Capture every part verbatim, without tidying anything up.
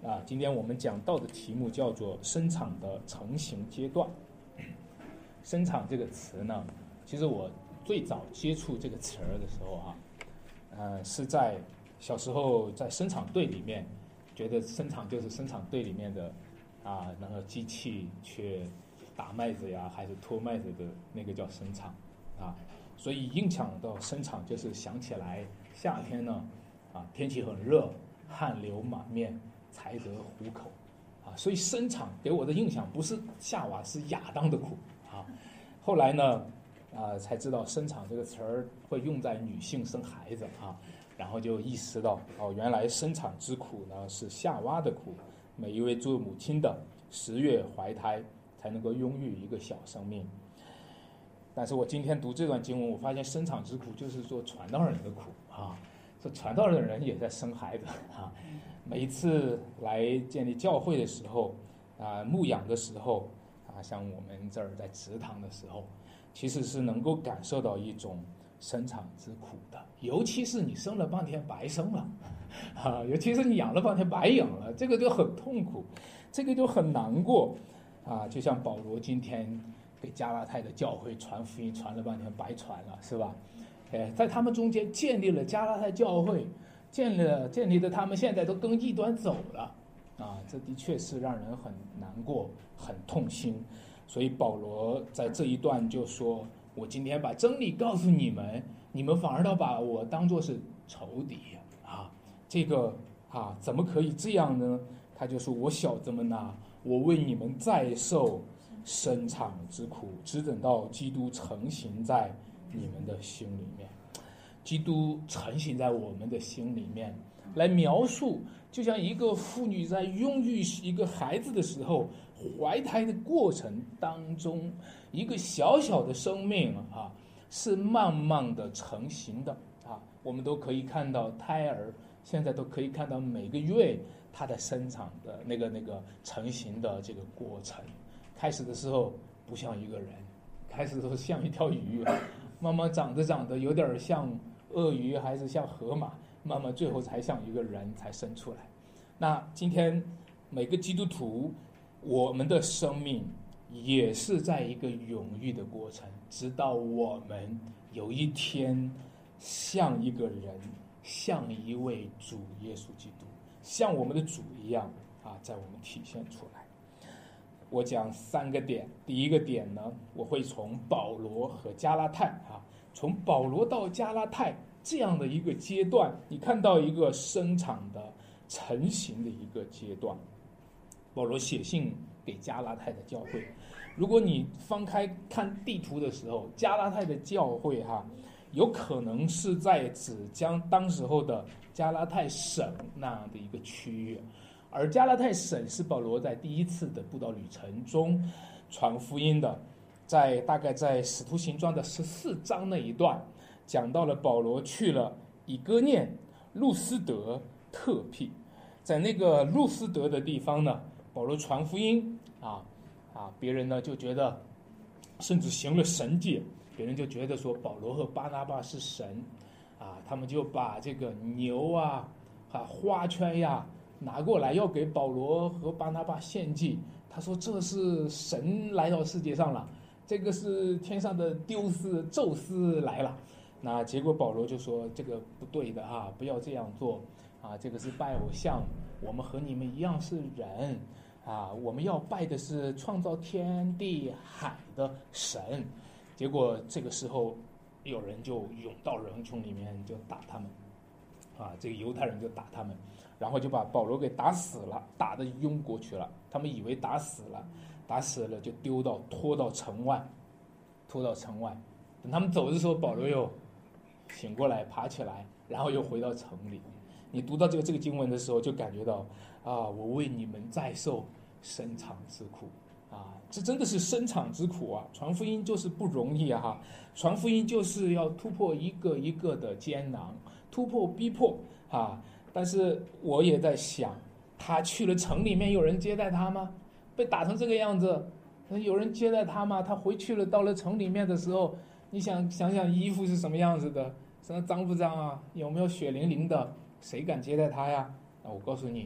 啊，今天我们讲到的题目叫做生产的成型阶段。生产这个词呢，其实我最早接触这个词儿的时候啊，呃，是在小时候在生产队里面，觉得生产就是生产队里面的啊那个机器去打麦子呀，还是拖麦子的那个叫生产啊，所以印象到生产就是想起来夏天呢啊天气很热，汗流满面才得糊口啊，所以生产给我的印象不是夏娃，是亚当的苦啊。后来呢啊才知道生产这个词儿会用在女性生孩子啊，然后就意识到哦，原来生产之苦呢是夏娃的苦，每一位做母亲的十月怀胎才能够拥育一个小生命。但是我今天读这段经文，我发现生产之苦就是说传道人的苦啊，说传道人的人也在生孩子啊。每一次来建立教会的时候啊，牧养的时候啊，像我们这儿在职堂的时候，其实是能够感受到一种生产之苦的，尤其是你生了半天白生了啊，尤其是你养了半天白养了，这个就很痛苦，这个就很难过啊。就像保罗今天给加拉太的教会传福音，传了半天白传了，是吧？哎，在他们中间建立了加拉太教会，建立了建立的他们现在都跟异端走了啊，这的确是让人很难过，很痛心。所以保罗在这一段就说，我今天把真理告诉你们，你们反而要把我当作是仇敌啊，这个啊怎么可以这样呢？他就说，我小子们呐，我为你们再受生产之苦，只等到基督成型在你们的心里面。基督成型在我们的心里面，来描述就像一个妇女在孕育一个孩子的时候，怀胎的过程当中，一个小小的生命啊，是慢慢的成型的啊。我们都可以看到胎儿现在都可以看到每个月它的生长的那个那个成型的这个过程。开始的时候不像一个人，开始的时候像一条鱼，慢慢长着长着有点像鳄鱼还是像河马，慢慢最后才像一个人才生出来。那今天每个基督徒，我们的生命也是在一个永育的过程，直到我们有一天像一个人，像一位主耶稣基督，像我们的主一样啊，在我们体现出来。我讲三个点，第一个点呢，我会从保罗和加拉太啊，从保罗到加拉太这样的一个阶段，你看到一个生产的成型的一个阶段。保罗写信给加拉太的教会，如果你翻开看地图的时候，加拉太的教会哈、啊，有可能是在指将当时候的加拉太省那样的一个区域。而加拉太省是保罗在第一次的布道旅程中传福音的，在大概在使徒行传的十四章那一段，讲到了保罗去了以哥念、路斯德、特庇，在那个路斯德的地方呢，保罗传福音啊啊，别人呢就觉得，甚至行了神迹，别人就觉得说保罗和巴拿巴是神啊，他们就把这个牛啊、啊花圈呀。拿过来要给保罗和巴拿巴献祭，他说这是神来到世界上了，这个是天上的丢斯宙斯来了。那结果保罗就说这个不对的啊，不要这样做啊，这个是拜偶像，我们和你们一样是人啊，我们要拜的是创造天地海的神。结果这个时候有人就涌到人群里面就打他们啊，这个犹太人就打他们，然后就把保罗给打死了，打得晕过去了。他们以为打死了，打死了就丢到拖到城外，拖到城外。等他们走的时候，保罗又醒过来，爬起来，然后又回到城里。你读到这个这个经文的时候，就感觉到啊，我为你们再受生产之苦啊，这真的是生产之苦啊！传福音就是不容易啊，哈，传福音就是要突破一个一个的艰难。突破逼迫啊！但是我也在想，他去了城里面，有人接待他吗？被打成这个样子，有人接待他吗？他回去了，到了城里面的时候，你想想想衣服是什么样子的，什么脏不脏啊？有没有血淋淋的？谁敢接待他呀？啊，我告诉你，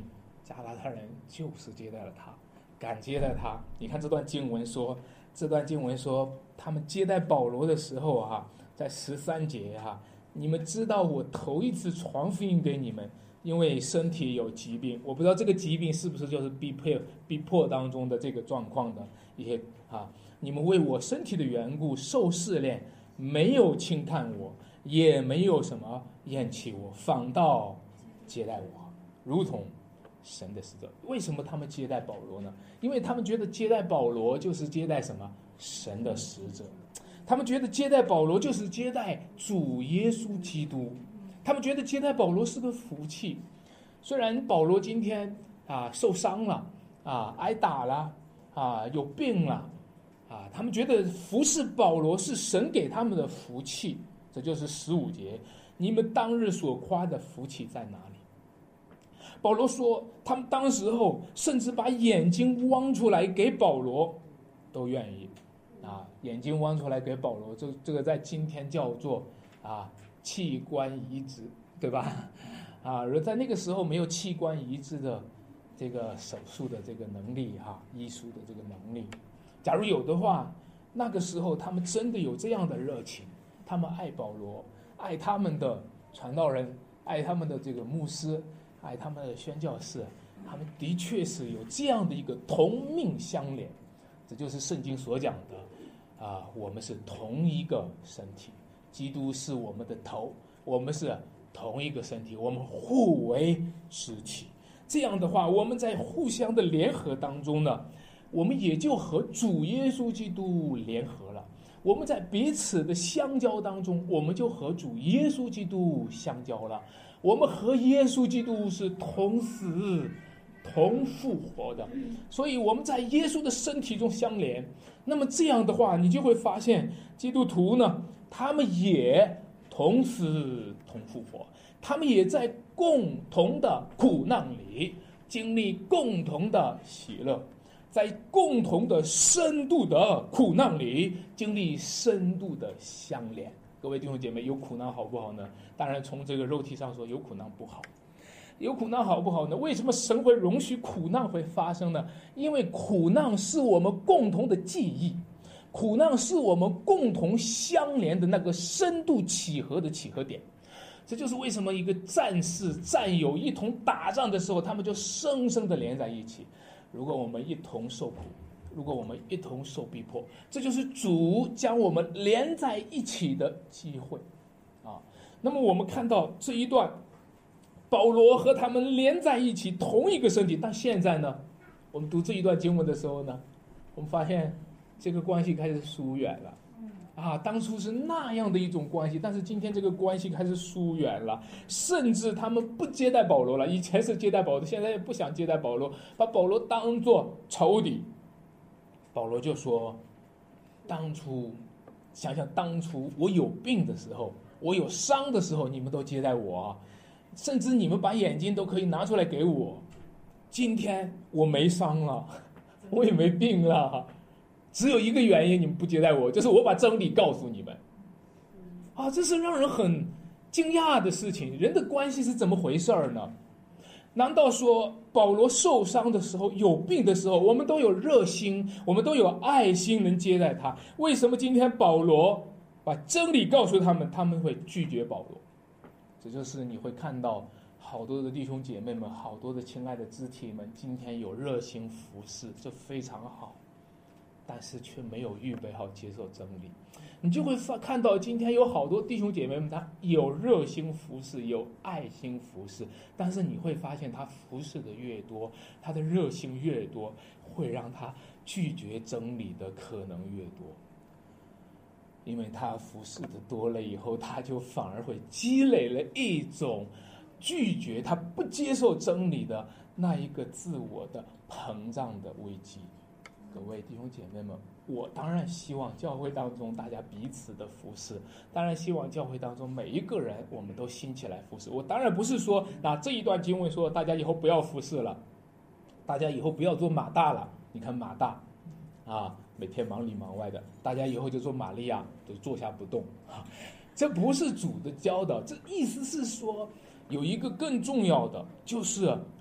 加拉太人就是接待了他，敢接待他。你看这段经文说，这段经文说，他们接待保罗的时候啊，在十三节啊，你们知道我头一次传福音给你们，因为身体有疾病，我不知道这个疾病是不是就是逼迫逼迫当中的这个状况的一些啊，你们为我身体的缘故受试炼，没有轻看我，也没有什么厌弃我，反倒接待我，如同神的使者。为什么他们接待保罗呢？因为他们觉得接待保罗就是接待什么？神的使者。他们觉得接待保罗就是接待主耶稣基督，他们觉得接待保罗是个福气。虽然保罗今天啊受伤了啊挨打了啊有病了啊，他们觉得服侍保罗是神给他们的福气。这就是十五节，你们当日所夸的福气在哪里？保罗说，他们当时候甚至把眼睛汪出来给保罗，都愿意啊，眼睛汪出来给保罗，这这个在今天叫做啊器官移植，对吧？啊，而在那个时候没有器官移植的这个手术的这个能力哈、啊，医术的这个能力，假如有的话，那个时候他们真的有这样的热情，他们爱保罗，爱他们的传道人，爱他们的这个牧师，爱他们的宣教士，他们的确是有这样的一个同命相连。这就是圣经所讲的啊，我们是同一个身体，基督是我们的头，我们是同一个身体，我们互为肢体。这样的话，我们在互相的联合当中呢，我们也就和主耶稣基督联合了。我们在彼此的相交当中，我们就和主耶稣基督相交了。我们和耶稣基督是同死同复活的，所以我们在耶稣的身体中相连。那么这样的话，你就会发现基督徒呢，他们也同死同复活，他们也在共同的苦难里经历共同的喜乐，在共同的深度的苦难里经历深度的相连。各位弟兄姐妹，有苦难好不好呢？当然从这个肉体上说，有苦难不好。有苦难好不好呢？为什么神会容许苦难会发生呢？因为苦难是我们共同的记忆，苦难是我们共同相连的那个深度契合的契合点。这就是为什么一个战士战友一同打仗的时候，他们就生生的连在一起。如果我们一同受苦，如果我们一同受逼迫，这就是主将我们连在一起的机会啊。那么我们看到这一段，保罗和他们连在一起，同一个身体。但现在呢，我们读这一段经文的时候呢，我们发现这个关系开始疏远了。啊，当初是那样的一种关系，但是今天这个关系开始疏远了，甚至他们不接待保罗了。以前是接待保罗，现在也不想接待保罗，把保罗当作仇敌。保罗就说，当初想想当初我有病的时候，我有伤的时候，你们都接待我，甚至你们把眼睛都可以拿出来给我。今天我没伤了，我也没病了，只有一个原因，你们不接待我，就是我把真理告诉你们。啊，这是让人很惊讶的事情。人的关系是怎么回事呢？难道说保罗受伤的时候，有病的时候，我们都有热心，我们都有爱心能接待他？为什么今天保罗把真理告诉他们，他们会拒绝保罗？这就是你会看到好多的弟兄姐妹们，好多的亲爱的肢体们，今天有热心服侍，这非常好，但是却没有预备好接受真理。你就会看到今天有好多弟兄姐妹们，他有热心服侍，有爱心服侍，但是你会发现他服侍的越多，他的热心越多，会让他拒绝真理的可能越多。因为他服侍的多了以后，他就反而会积累了一种拒绝，他不接受真理的那一个自我的膨胀的危机。各位弟兄姐妹们，我当然希望教会当中大家彼此的服侍，当然希望教会当中每一个人我们都兴起来服侍。我当然不是说那这一段经文说大家以后不要服侍了，大家以后不要做马大了。你看马大啊，每天忙里忙外的，大家以后就做玛利亚，就坐下不动啊。这不是主的教导，这意思是说有一个更重要的，就是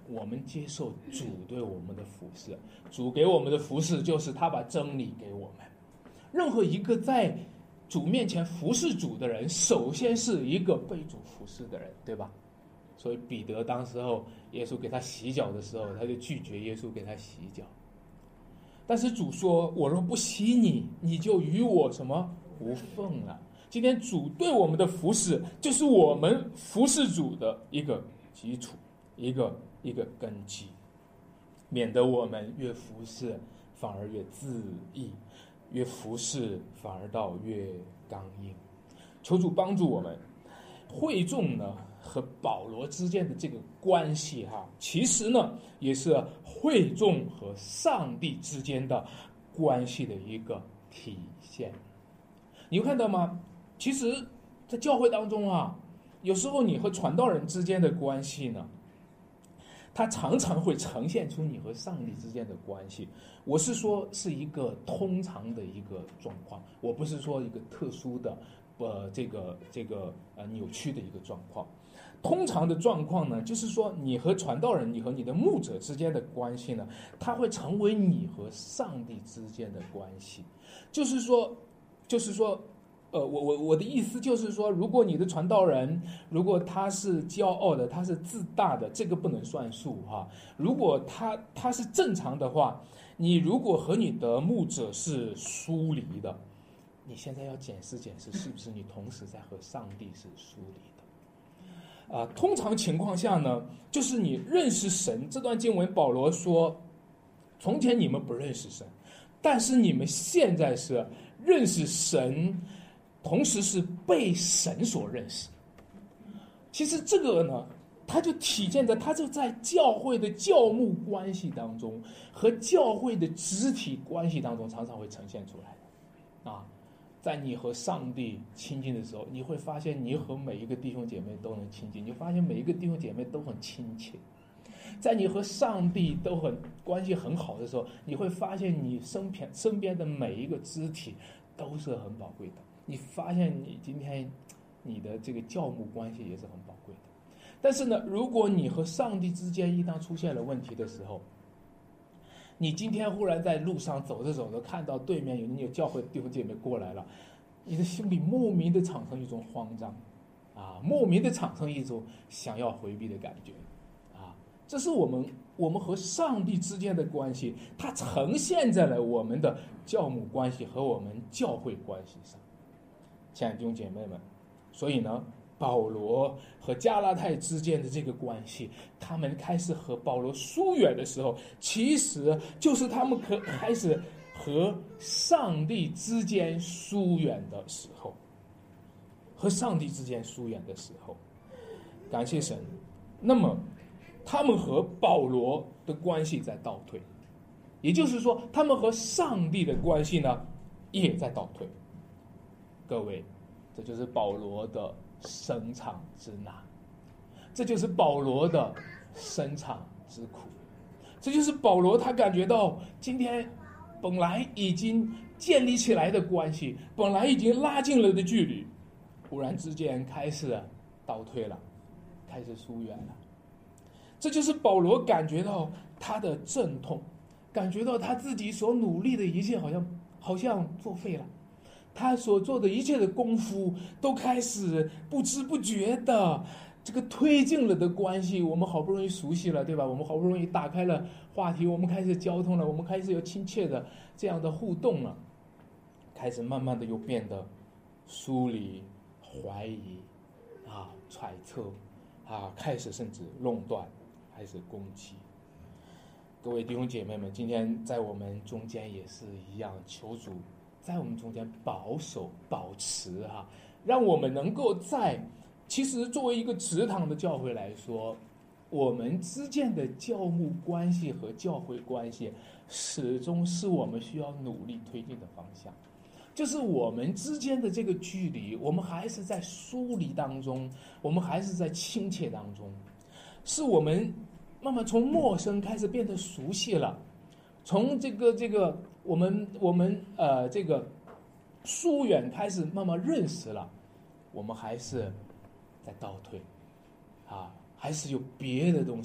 我们接受主对我们的服侍，主给我们的服侍就是他把真理给我们。任何一个在主面前服侍主的人，首先是一个被主服侍的人，对吧？所以彼得当时候耶稣给他洗脚的时候，他就拒绝耶稣给他洗脚。但是主说，我若不洗你，你就与我什么无分了。今天主对我们的服侍，就是我们服侍主的一个基础，一个一个根基，免得我们越服侍反而越自义，越服侍反而倒越刚硬。求主帮助我们。会众呢和保罗之间的这个关系哈，其实呢也是会众和上帝之间的关系的一个体现。你有看到吗？其实在教会当中啊，有时候你和传道人之间的关系呢，它常常会呈现出你和上帝之间的关系。我是说是一个通常的一个状况，我不是说一个特殊的呃，这个这个呃扭曲的一个状况。通常的状况呢，就是说你和传道人，你和你的牧者之间的关系呢，它会成为你和上帝之间的关系。就是说，就是说，呃，我我我的意思就是说，如果你的传道人，如果他是骄傲的，他是自大的，这个不能算数哈。如果他他是正常的话，你如果和你的牧者是疏离的，你现在要检视检视，是不是你同时在和上帝是疏离的？啊、呃，通常情况下呢，就是你认识神。这段经文保罗说，从前你们不认识神，但是你们现在是认识神，同时是被神所认识。其实这个呢，它就体现在它就在教会的教牧关系当中和教会的肢体关系当中常常会呈现出来的啊。在你和上帝亲近的时候，你会发现你和每一个弟兄姐妹都能亲近，你发现每一个弟兄姐妹都很亲切。在你和上帝都很关系很好的时候，你会发现你身边身边的每一个肢体都是很宝贵的。你发现你今天你的这个教牧关系也是很宝贵的。但是呢，如果你和上帝之间一旦出现了问题的时候，你今天忽然在路上走着走着，看到对面有你有教会弟兄姐妹过来了，你的心里莫名的产生一种慌张，啊，莫名的产生一种想要回避的感觉，啊，这是我们我们和上帝之间的关系，它呈现在了我们的教牧关系和我们教会关系上。亲爱的弟兄姐妹们，所以呢，保罗和加拉太之间的这个关系，他们开始和保罗疏远的时候，其实就是他们可开始和上帝之间疏远的时候，和上帝之间疏远的时候。感谢神。那么他们和保罗的关系在倒退，也就是说他们和上帝的关系呢也在倒退。各位，这就是保罗的深藏之难，这就是保罗的深藏之苦，这就是保罗他感觉到今天本来已经建立起来的关系，本来已经拉近了的距离，忽然之间开始倒退了，开始疏远了。这就是保罗感觉到他的阵痛，感觉到他自己所努力的一切好像好像作废了，他所做的一切的功夫都开始不知不觉的这个推进了的关系，我们好不容易熟悉了，对吧？我们好不容易打开了话题，我们开始交通了，我们开始有亲切的这样的互动了，开始慢慢的又变得疏离、怀疑啊、揣测啊，开始甚至论断，开始攻击。各位弟兄姐妹们，今天在我们中间也是一样，求主在我们中间保守保持哈、啊，让我们能够在其实作为一个职堂的教会来说，我们之间的教牧关系和教会关系始终是我们需要努力推进的方向。就是我们之间的这个距离，我们还是在疏离当中，我们还是在亲切当中，是我们慢慢从陌生开始变得熟悉了，从这个这个我们我们呃这个疏远开始慢慢认识了，我们还是在倒退啊，还是有别的东西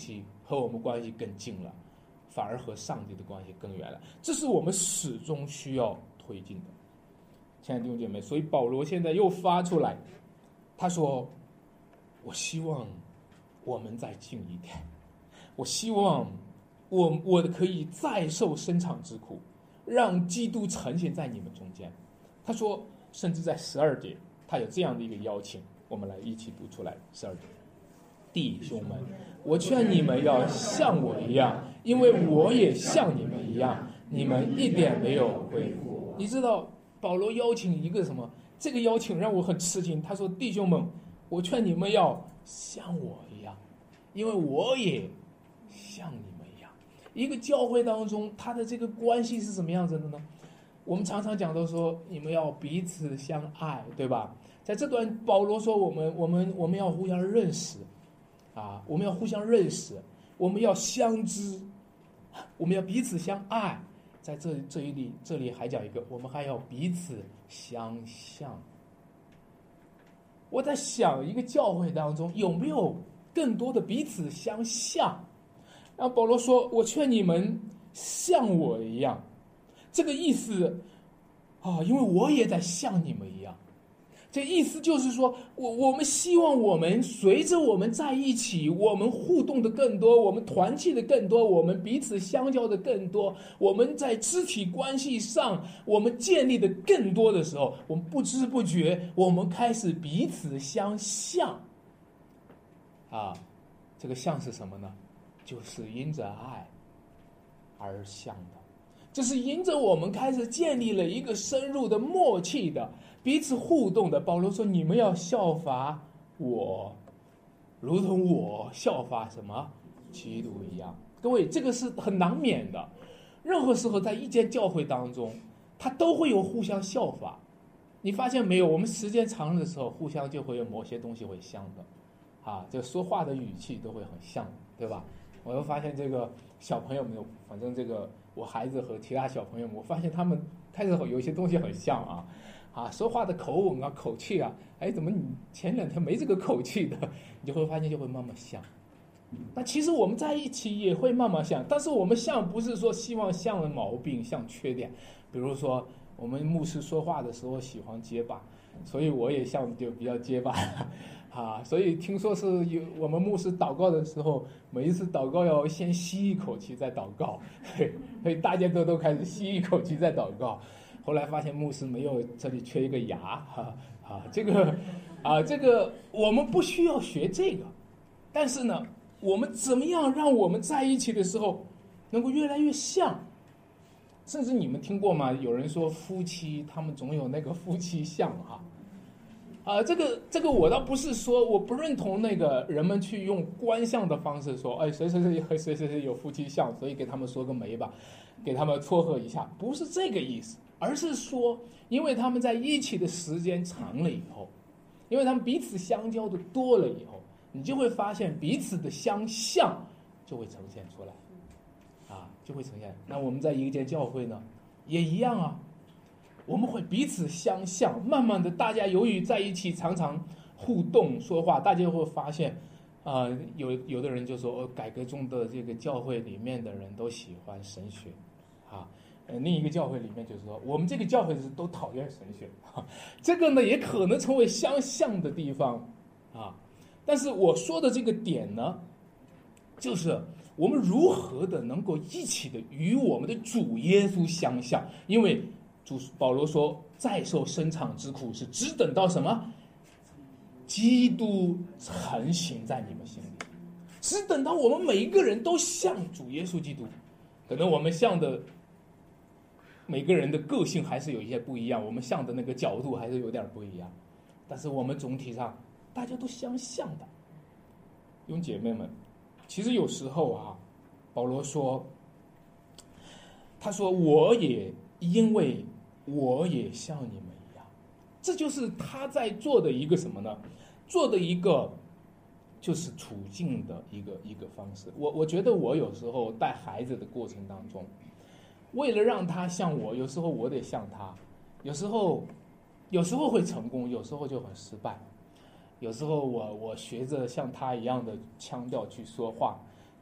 和我们关系更近了，反而和上帝的关系更远了。这是我们始终需要推进的，亲爱的弟兄姐妹。所以保罗现在又发出来，他说：“我希望我们再近一点，我希望我我可以再受生产之苦，让基督呈现在你们中间。”他说，甚至在十二节，他有这样的一个邀请，我们来一起读出来。十二节，弟兄们，我劝你们要像我一样，因为我也像你们一样，你们一点没有恢复。你知道保罗邀请一个什么？这个邀请让我很吃惊。他说：“弟兄们，我劝你们要像我一样，因为我也像你们一样。”一个教会当中，他的这个关系是什么样子的呢？我们常常讲到说，你们要彼此相爱，对吧？在这段保罗说，我们我们我们要互相认识，啊，我们要互相认识，我们要相知，我们要彼此相爱。在这这一里，这里还讲一个，我们还要彼此相像。我在想，一个教会当中有没有更多的彼此相像？然后保罗说：“我劝你们像我一样。”这个意思啊，因为我也在像你们一样。这意思就是说，我我们希望我们随着我们在一起，我们互动的更多，我们团契的更多，我们彼此相交的更多，我们在肢体关系上我们建立的更多的时候，我们不知不觉我们开始彼此相像。啊，这个像是什么呢？就是因着爱而像的。这是因着我们开始建立了一个深入的默契的彼此互动的。保罗说：“你们要效法我，如同我效法什么基督一样。”各位，这个是很难免的。任何时候在一间教会当中，它都会有互相效法。你发现没有？我们时间长的时候，互相就会有某些东西会像的，啊，这说话的语气都会很像，对吧？我又发现这个小朋友们，反正这个我孩子和其他小朋友们，我发现他们开始有一些东西很像啊，啊，说话的口吻啊、口气啊，哎，怎么你前两天没这个口气的？你就会发现就会慢慢像。那其实我们在一起也会慢慢像，但是我们像不是说希望像的毛病、像缺点，比如说我们牧师说话的时候喜欢结巴，所以我也像就比较结巴。啊，所以听说是有我们牧师祷告的时候，每一次祷告要先吸一口气再祷告，所以大家都都开始吸一口气再祷告。后来发现牧师没有，这里缺一个牙，哈啊，这个啊，这个我们不需要学这个，但是呢，我们怎么样让我们在一起的时候能够越来越像？甚至你们听过吗？有人说夫妻他们总有那个夫妻相哈。啊、呃，这个这个我倒不是说我不认同那个人们去用观相的方式说，哎，谁谁谁和谁谁谁有夫妻相，所以给他们说个媒吧，给他们撮合一下，不是这个意思，而是说，因为他们在一起的时间长了以后，因为他们彼此相交的多了以后，你就会发现彼此的相像就会呈现出来，啊，就会呈现。那我们在一间教会呢，也一样啊。我们会彼此相像，慢慢的，大家由于在一起常常互动说话，大家会发现，啊、呃，有有的人就说，哦，改革中的这个教会里面的人都喜欢神学，啊，呃，另一个教会里面就是说，我们这个教会是都讨厌神学，啊，这个呢也可能成为相像的地方，啊，但是我说的这个点呢，就是我们如何的能够一起的与我们的主耶稣相像，因为。主保罗说：“再受生产之苦，是只等到什么？基督成型在你们心里，只等到我们每一个人都像主耶稣基督。可能我们像的每个人的个性还是有一些不一样，我们像的那个角度还是有点不一样，但是我们总体上大家都相像的。弟兄姐妹们，其实有时候啊，保罗说，他说我也因为。”我也像你们一样，这就是他在做的一个什么呢？做的一个就是处境的一个一个方式。我我觉得我有时候带孩子的过程当中，为了让他像我，有时候我得像他，有时候有时候会成功，有时候就很失败。有时候我我学着像他一样的腔调去说话，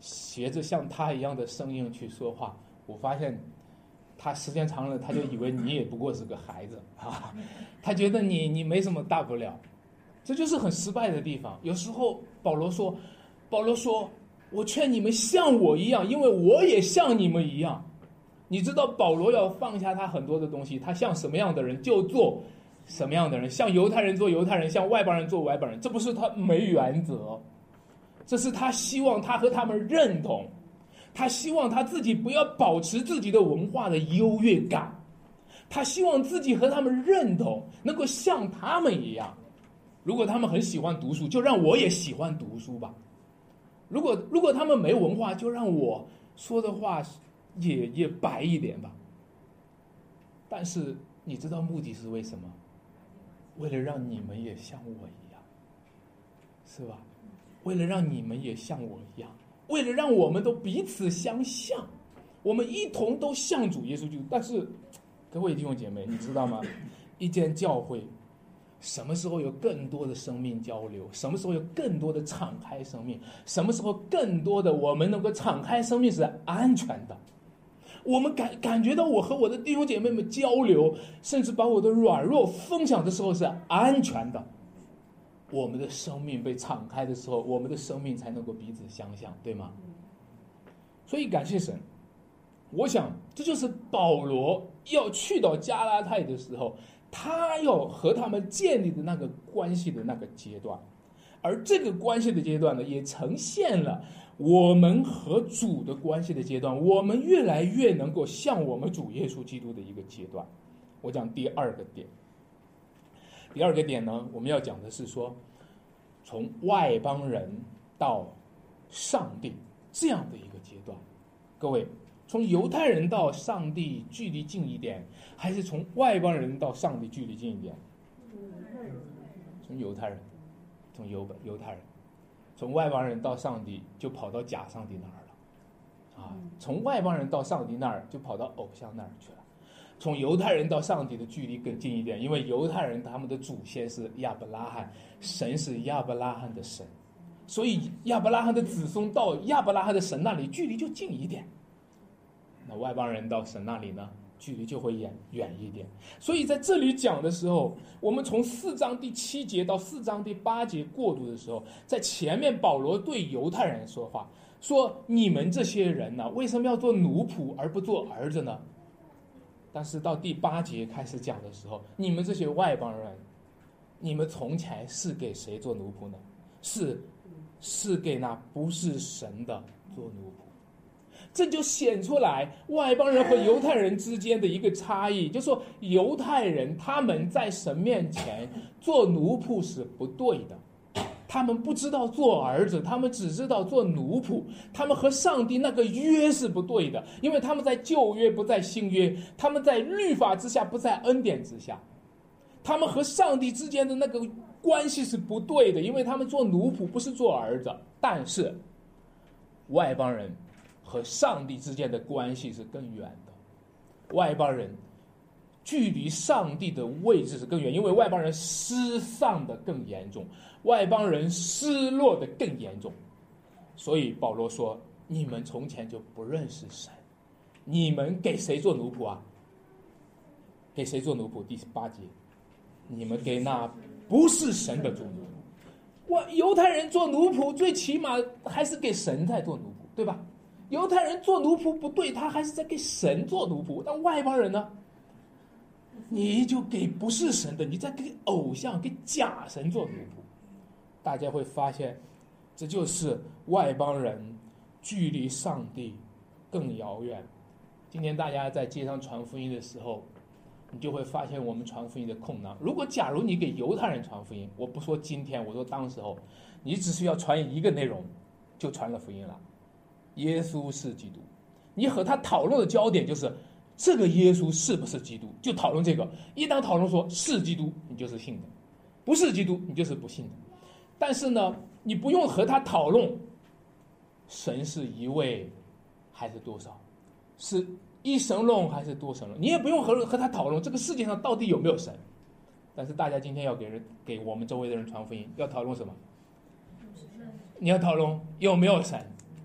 学着像他一样的声音去说话，我发现他时间长了，他就以为你也不过是个孩子啊，他觉得你你没什么大不了，这就是很失败的地方。有时候保罗说，保罗说，我劝你们像我一样，因为我也像你们一样。你知道保罗要放下他很多的东西，他像什么样的人就做什么样的人，像犹太人做犹太人，像外邦人做外邦人，这不是他没原则，这是他希望他和他们认同，他希望他自己不要保持自己的文化的优越感，他希望自己和他们认同，能够像他们一样。如果他们很喜欢读书，就让我也喜欢读书吧。如果如果他们没文化，就让我说的话也也白一点吧。但是你知道目的是为什么？为了让你们也像我一样，是吧？为了让你们也像我一样，为了让我们都彼此相像，我们一同都像主耶稣基督。但是各位弟兄姐妹，你知道吗？一间教会什么时候有更多的生命交流，什么时候有更多的敞开生命，什么时候更多的我们能够敞开生命是安全的。我们感感觉到我和我的弟兄姐妹们交流，甚至把我的软弱分享的时候是安全的。我们的生命被敞开的时候，我们的生命才能够彼此相像，对吗？所以感谢神，我想这就是保罗要去到加拉太的时候，他要和他们建立的那个关系的那个阶段。而这个关系的阶段呢，也呈现了我们和主的关系的阶段，我们越来越能够像我们主耶稣基督的一个阶段。我讲第二个点，第二个点呢，我们要讲的是说，从外邦人到上帝这样的一个阶段。各位，从犹太人到上帝距离近一点，还是从外邦人到上帝距离近一点？从犹太人，从犹犹太人。从外邦人到上帝就跑到假上帝那儿了，啊，从外邦人到上帝那儿就跑到偶像那儿去了。从犹太人到上帝的距离更近一点，因为犹太人他们的祖先是亚伯拉罕，神是亚伯拉罕的神，所以亚伯拉罕的子孙到亚伯拉罕的神那里距离就近一点。那外邦人到神那里呢，距离就会远远一点。所以在这里讲的时候，我们从四章第七节到四章第八节过渡的时候，在前面保罗对犹太人说话，说你们这些人呢，为什么要做奴仆而不做儿子呢？但是到第八节开始讲的时候，你们这些外邦人，你们从前是给谁做奴仆呢？是是给那不是神的做奴仆。这就显出来外邦人和犹太人之间的一个差异，就是说犹太人他们在神面前做奴仆是不对的，他们不知道做儿子，他们只知道做奴仆，他们和上帝那个约是不对的，因为他们在旧约不在新约，他们在律法之下不在恩典之下，他们和上帝之间的那个关系是不对的，因为他们做奴仆不是做儿子。但是外邦人和上帝之间的关系是更远的，外邦人距离上帝的位置是更远，因为外邦人失丧的更严重，外邦人失落的更严重。所以保罗说，你们从前就不认识神，你们给谁做奴仆啊？给谁做奴仆？第八节，你们给那不是神的做奴仆。我犹太人做奴仆，最起码还是给神在做奴仆，对吧？犹太人做奴仆不对，他还是在给神做奴仆。但外邦人呢，你就给不是神的，你在给偶像、给假神做奴仆。大家会发现，这就是外邦人距离上帝更遥远。今天大家在街上传福音的时候，你就会发现我们传福音的困难。如果假如你给犹太人传福音，我不说今天，我说当时候，你只需要传一个内容，就传了福音了。耶稣是基督，你和他讨论的焦点就是这个耶稣是不是基督，就讨论这个。一旦讨论说是基督，你就是信的；不是基督，你就是不信的。但是呢，你不用和他讨论神是一位还是多少，是一神论还是多神论，你也不用和和他讨论这个世界上到底有没有神。但是大家今天要给人给我们周围的人传福音，要讨论什么？你要讨论有没有神。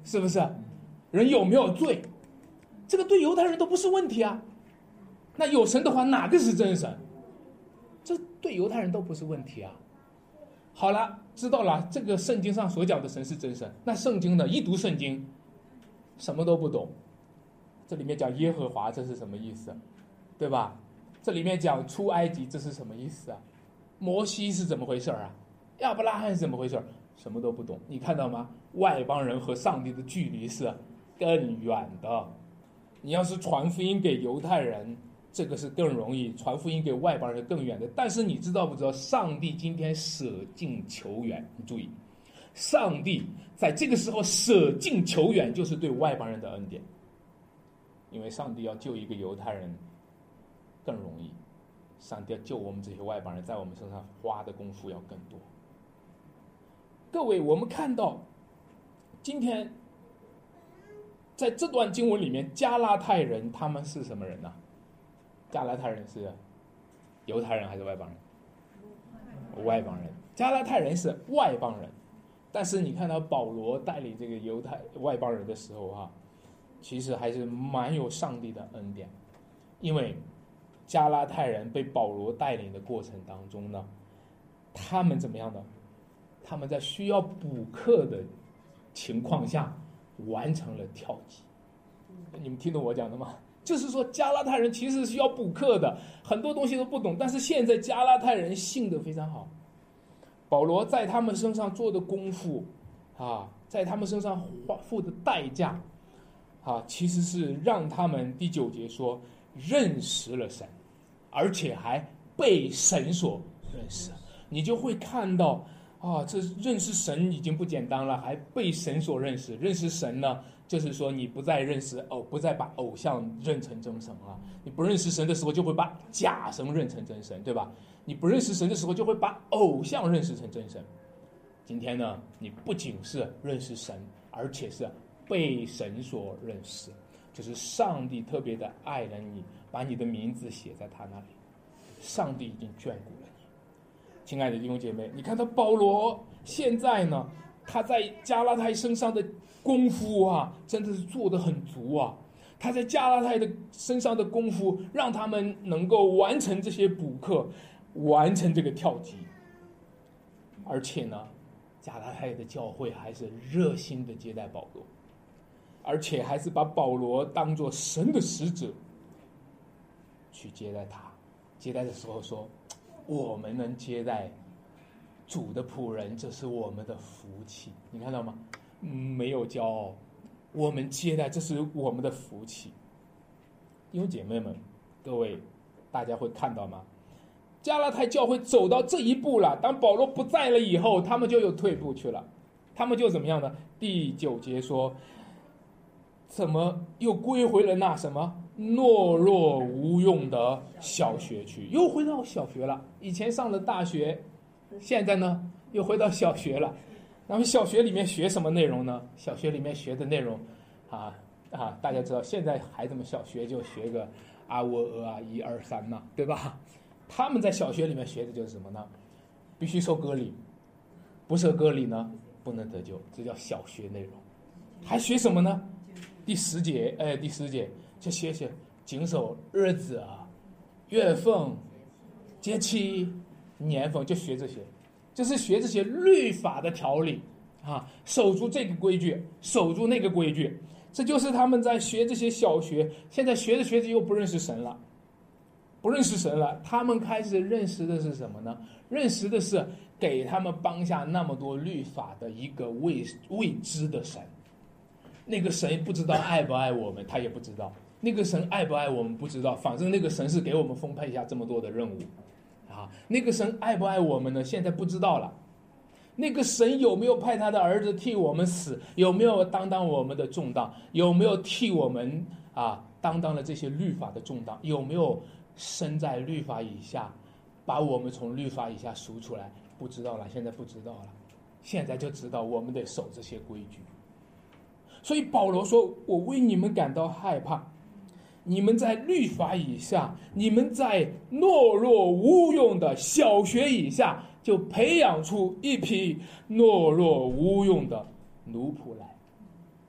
是不是？人有没有罪，这个对犹太人都不是问题啊。那有神的话，哪个是真神？这对犹太人都不是问题啊。好了，知道了，这个圣经上所讲的神是真神。那圣经呢？一读圣经，什么都不懂。这里面讲耶和华，这是什么意思？对吧？这里面讲出埃及，这是什么意思啊？摩西是怎么回事啊？亚伯拉罕是怎么回事？什么都不懂。你看到吗？外邦人和上帝的距离是更远的。你要是传福音给犹太人，这个是更容易，传福音给外邦人更远的。但是你知道不知道，上帝今天舍近求远？你注意，上帝在这个时候舍近求远，就是对外邦人的恩典。因为上帝要救一个犹太人更容易，上帝要救我们这些外邦人，在我们身上花的功夫要更多。各位，我们看到今天在这段经文里面，加拉太人他们是什么人呢、啊？加拉太人是犹太人还是外邦人？外邦人。加拉太人是外邦人，但是你看到保罗带领这个犹太外邦人的时候啊，其实还是蛮有上帝的恩典。因为加拉太人被保罗带领的过程当中呢，他们怎么样呢？他们在需要补课的情况下完成了跳级。你们听懂我讲的吗？就是说加拉太人其实需要补课的，很多东西都不懂，但是现在加拉太人信得非常好。保罗在他们身上做的功夫啊，在他们身上花付的代价啊，其实是让他们第九节说认识了神，而且还被神所认识。你就会看到啊，这认识神已经不简单了，还被神所认识。认识神呢，就是说你不再认识偶，不再把偶像认成真神了。你不认识神的时候，就会把假神认成真神，对吧？你不认识神的时候，就会把偶像认识成真神。今天呢，你不仅是认识神，而且是被神所认识，就是上帝特别的爱了你，把你的名字写在他那里，上帝已经眷顾了你。亲爱的弟兄姐妹，你看到保罗现在呢，他在加拉太身上的功夫啊，真的是做得很足啊。他在加拉太的身上的功夫，让他们能够完成这些补课，完成这个跳级。而且呢，加拉太的教会还是热心的接待保罗，而且还是把保罗当作神的使者去接待他。接待的时候说，我们能接待主的仆人，这是我们的福气。你看到吗？没有骄傲，我们接待，这是我们的福气。弟兄姐妹们，各位大家会看到吗？加拉太教会走到这一步了，当保罗不在了以后，他们就又退步去了。他们就怎么样呢？第九节说，怎么又归回了那什么懦弱无用的小学去，又回到小学了。以前上了大学，现在呢又回到小学了。那么小学里面学什么内容呢？小学里面学的内容啊啊，大家知道，现在孩子们小学就学个啊喔呃啊一二三嘛，对吧？他们在小学里面学的就是什么呢？必须受割礼，不受割礼呢不能得救，这叫小学内容。还学什么呢？第十节，哎，第十节就学学谨守日子啊、月份、节期、年份，就学这些，就是学这些律法的条理啊，守住这个规矩，守住那个规矩，这就是他们在学这些小学。现在学着学着又不认识神了，不认识神了，他们开始认识的是什么呢？认识的是给他们帮下那么多律法的一个未未知的神。那个神不知道爱不爱我们，他也不知道。那个神爱不爱我们不知道，反正那个神是给我们分配下这么多的任务啊。那个神爱不爱我们呢？现在不知道了。那个神有没有派他的儿子替我们死？有没有担当我们的重担？有没有替我们啊担当了这些律法的重担？有没有身在律法以下，把我们从律法以下赎出来？不知道了，现在不知道了。现在就知道我们得守这些规矩。所以保罗说，我为你们感到害怕，你们在律法以下，你们在懦弱无用的小学以下，就培养出一批懦弱无用的奴仆来。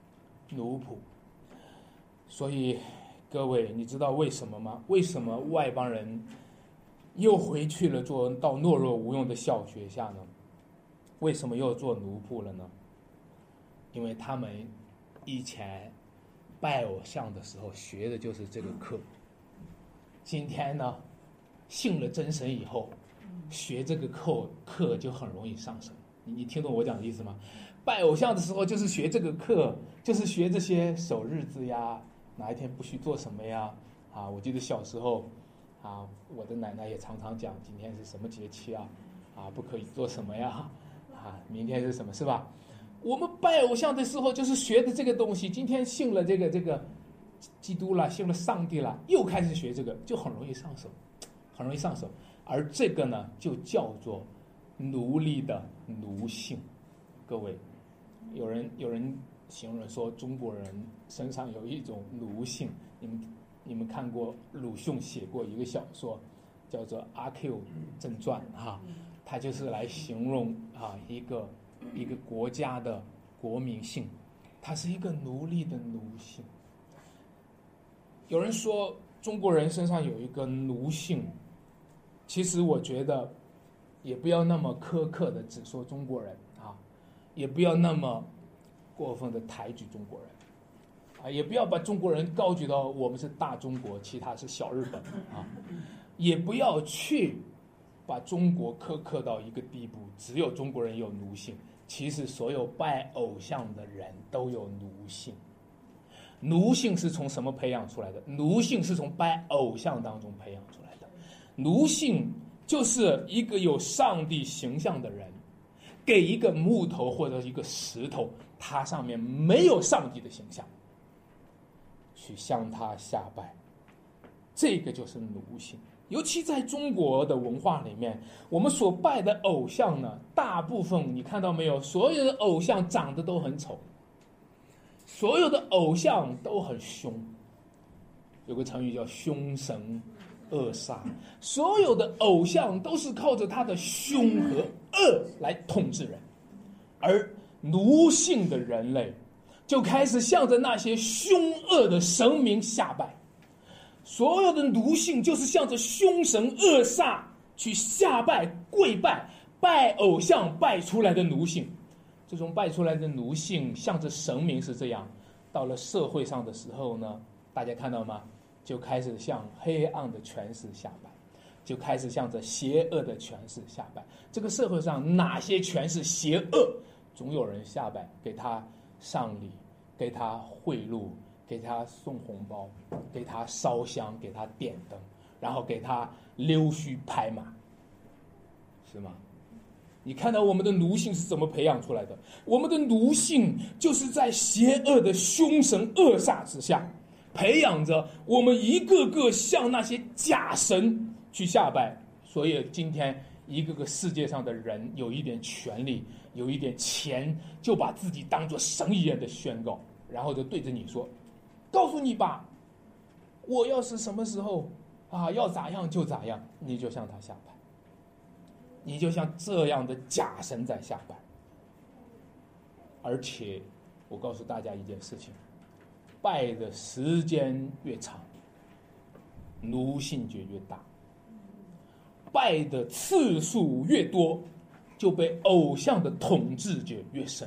奴仆。所以各位，你知道为什么吗？为什么外邦人又回去了做到懦弱无用的小学下呢？为什么又做奴仆了呢？因为他们以前拜偶像的时候学的就是这个课，今天呢信了真神以后，学这个课课就很容易上手。你你听懂我讲的意思吗？拜偶像的时候就是学这个课，就是学这些守日子呀，哪一天不许做什么呀？啊，我记得小时候啊，我的奶奶也常常讲今天是什么节气啊，啊，不可以做什么呀？啊，明天是什么，是吧？我们拜偶像的时候就是学的这个东西，今天信了这个这个基督了，信了上帝了，又开始学这个，就很容易上手，很容易上手。而这个呢，就叫做奴隶的奴性。各位，有人有人形容说中国人身上有一种奴性，你们你们看过鲁迅写过一个小说，叫做《阿 Q 正传》哈，他就是来形容啊一个一个国家的国民性，它是一个奴隶的奴性。有人说中国人身上有一个奴性，其实我觉得也不要那么苛刻的只说中国人啊，也不要那么过分的抬举中国人啊，也不要把中国人高举到我们是大中国，其他是小日本啊，也不要去把中国苛刻到一个地步，只有中国人有奴性。其实所有拜偶像的人都有奴性。奴性是从什么培养出来的？奴性是从拜偶像当中培养出来的。奴性就是一个有上帝形象的人，给一个木头或者一个石头，它上面没有上帝的形象，去向他下拜，这个就是奴性。尤其在中国的文化里面，我们所拜的偶像呢，大部分你看到没有，所有的偶像长得都很丑，所有的偶像都很凶，有个成语叫凶神恶煞，所有的偶像都是靠着他的凶和恶来统治人，而奴性的人类就开始向着那些凶恶的神明下拜。所有的奴性就是向着凶神恶煞去下拜跪拜，拜偶像拜出来的奴性。这种拜出来的奴性向着神明是这样，到了社会上的时候呢，大家看到吗？就开始向黑暗的权势下拜，就开始向着邪恶的权势下拜。这个社会上哪些权势邪恶，总有人下拜，给他上礼，给他贿赂，给他送红包，给他烧香，给他点灯，然后给他溜须拍马，是吗？你看到我们的奴性是怎么培养出来的？我们的奴性就是在邪恶的凶神恶煞之下，培养着我们一个个向那些假神去下拜。所以今天一个个世界上的人有一点权力，有一点钱，就把自己当作神一样的宣告，然后就对着你说，告诉你吧，我要是什么时候啊要咋样就咋样，你就向他下拜，你就像这样的假神在下拜。而且我告诉大家一件事情，拜的时间越长，奴性就越大，拜的次数越多，就被偶像的统治就越深。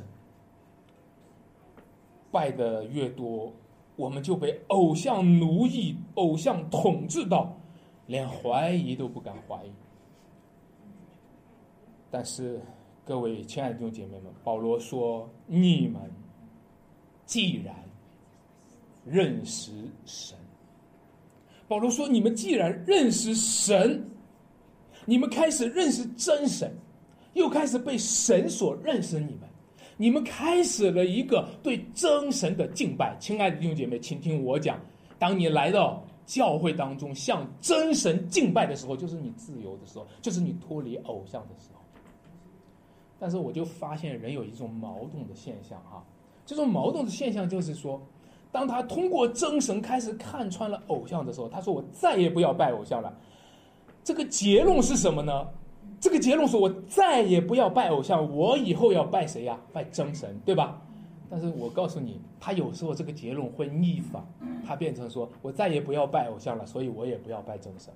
拜的越多，我们就被偶像奴役，偶像统治到连怀疑都不敢怀疑。但是各位亲爱的弟兄姐妹们，保罗说，你们既然认识神，保罗说，你们既然认识神，你们开始认识真神，又开始被神所认识你们，你们开始了一个对真神的敬拜。亲爱的弟兄姐妹，请听我讲，当你来到教会当中向真神敬拜的时候，就是你自由的时候，就是你脱离偶像的时候。但是我就发现人有一种矛盾的现象哈，这种矛盾的现象就是说，当他通过真神开始看穿了偶像的时候，他说我再也不要拜偶像了。这个结论是什么呢？这个结论说我再也不要拜偶像，我以后要拜谁呀？拜真神，对吧？ 但是我告诉你，他有时候这个结论会逆反，他变成说我再也不要拜偶像了，所以我也不要拜真神。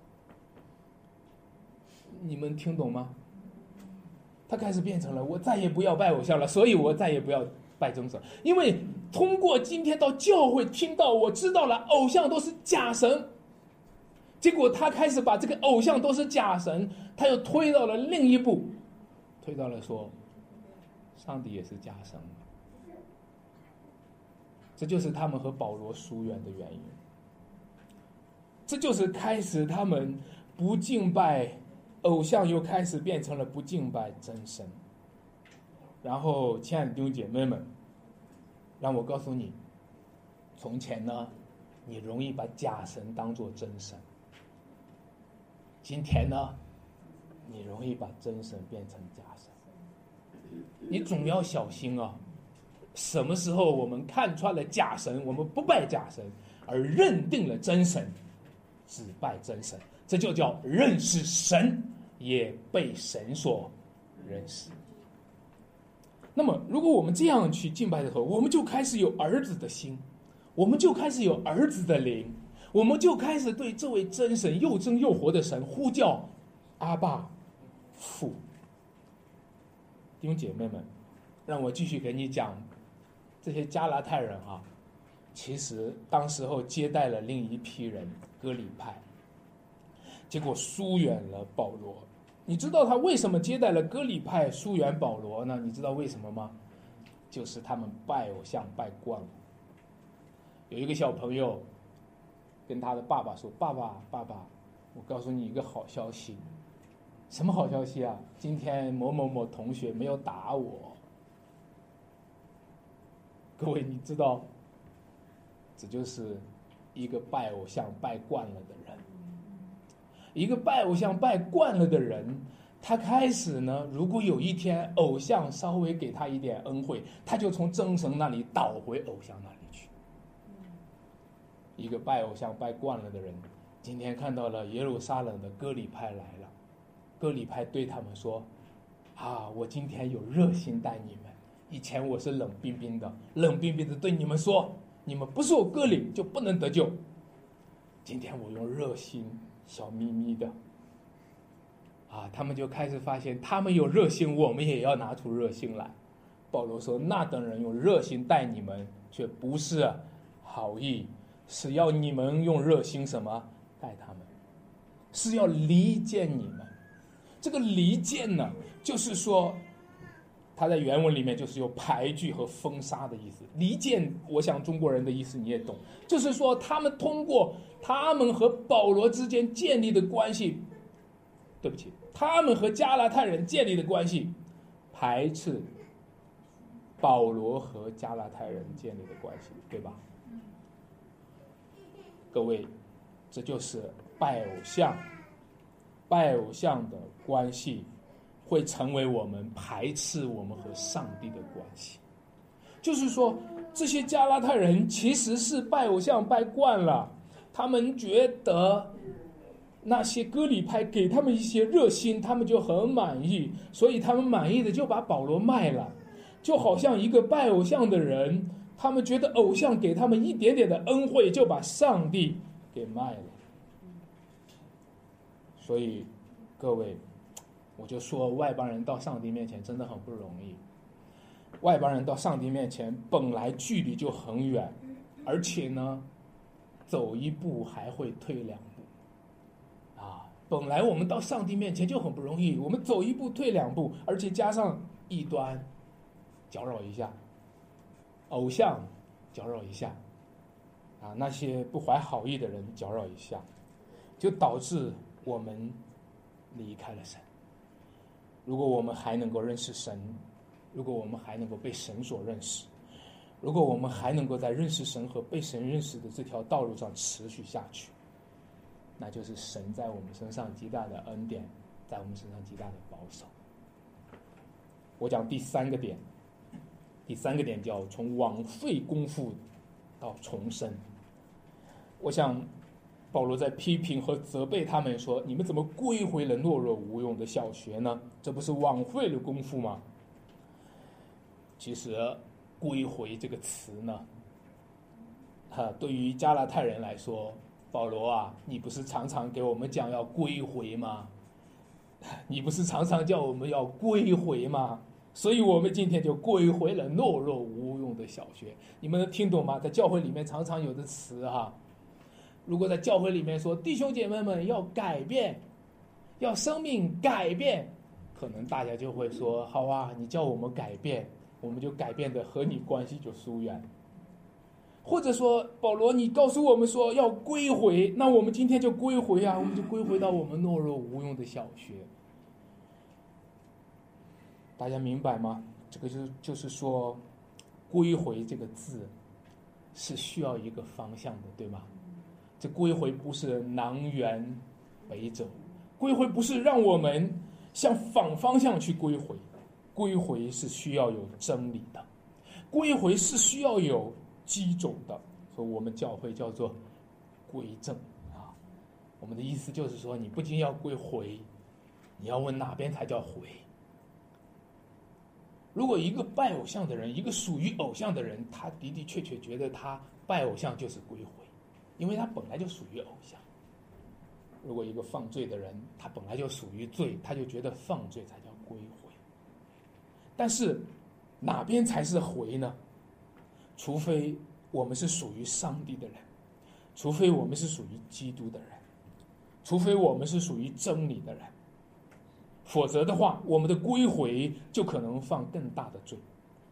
你们听懂吗？他开始变成了我再也不要拜偶像了，所以我再也不要拜真神。因为通过今天到教会听到，我知道了偶像都是假神，结果他开始把这个偶像都是假神，他又推到了另一步，推到了说上帝也是假神。这就是他们和保罗疏远的原因，这就是开始他们不敬拜偶像，又开始变成了不敬拜真神。然后亲爱的弟兄姐妹们，让我告诉你，从前呢你容易把假神当作真神，今天呢你容易把真神变成假神。你总要小心啊，什么时候我们看穿了假神，我们不拜假神，而认定了真神，只拜真神，这就叫认识神，也被神所认识。那么如果我们这样去敬拜的时候，我们就开始有儿子的心，我们就开始有儿子的灵，我们就开始对这位真神又真又活的神呼叫阿爸父。弟兄姐妹们，让我继续给你讲这些加拉太人啊，其实当时候接待了另一批人哥里派，结果疏远了保罗。你知道他为什么接待了哥里派疏远保罗呢？你知道为什么吗？就是他们拜偶像拜惯了。有一个小朋友跟他的爸爸说，爸爸爸爸，我告诉你一个好消息。什么好消息啊？今天某某某同学没有打我。各位，你知道，这就是一个拜偶像拜惯了的人。一个拜偶像拜惯了的人，他开始呢，如果有一天偶像稍微给他一点恩惠，他就从真神那里倒回偶像那里去。一个拜偶像拜惯了的人，今天看到了耶路撒冷的哥里派来了，哥里派对他们说，啊，我今天有热心待你们，以前我是冷冰冰的，冷冰冰的对你们说，你们不是我哥里就不能得救。今天我用热心小咪咪的，啊，他们就开始发现，他们有热心，我们也要拿出热心来。保罗说，那等人用热心待你们，却不是好意，是要你们用热心什么待他们，是要离间你们。这个离间呢，就是说他在原文里面就是有排拒和封杀的意思。离间，我想中国人的意思你也懂，就是说他们通过他们和保罗之间建立的关系，对不起，他们和加拉太人建立的关系，排斥保罗和加拉太人建立的关系，对吧？各位，这就是拜偶像，拜偶像的关系会成为我们排斥我们和上帝的关系。就是说，这些加拉太人其实是拜偶像拜惯了，他们觉得那些哥里派给他们一些热心，他们就很满意，所以他们满意的就把保罗卖了。就好像一个拜偶像的人，他们觉得偶像给他们一点点的恩惠，就把上帝给卖了。所以各位，我就说外邦人到上帝面前真的很不容易。外邦人到上帝面前本来距离就很远，而且呢走一步还会退两步啊！本来我们到上帝面前就很不容易，我们走一步退两步，而且加上异端搅扰一下，偶像搅扰一下啊，那些不怀好意的人搅扰一下，就导致我们离开了神。如果我们还能够认识神，如果我们还能够被神所认识，如果我们还能够在认识神和被神认识的这条道路上持续下去，那就是神在我们身上极大的恩典，在我们身上极大的保守。我讲第三个点，第三个点叫从枉费功夫到重生。我想保罗在批评和责备他们说，你们怎么归回了懦弱无用的小学呢？这不是枉费了功夫吗？其实归回这个词呢？啊，对于加拉太人来说，保罗啊，你不是常常给我们讲要归回吗？你不是常常叫我们要归回吗？所以我们今天就归回了懦弱无用的小学。你们能听懂吗？在教会里面常常有的词哈，如果在教会里面说弟兄姐妹们要改变，要生命改变，可能大家就会说好啊，你叫我们改变，我们就改变的和你关系就疏远。或者说保罗你告诉我们说要归回，那我们今天就归回啊，我们就归回到我们懦弱无用的小学。大家明白吗？这个就就是说归回这个字是需要一个方向的，对吗？这归回不是南辕北辙，归回不是让我们向反方向去归回，归回是需要有真理的，归回是需要有基种的，所以我们教会叫做归正啊。我们的意思就是说，你不仅要归回，你要问哪边才叫回。如果一个拜偶像的人，一个属于偶像的人，他的的确确觉得他拜偶像就是归回，因为他本来就属于偶像。如果一个犯罪的人，他本来就属于罪，他就觉得犯罪才叫归回。但是哪边才是回呢？除非我们是属于上帝的人，除非我们是属于基督的人，除非我们是属于真理的人，否则的话，我们的归回就可能犯更大的罪。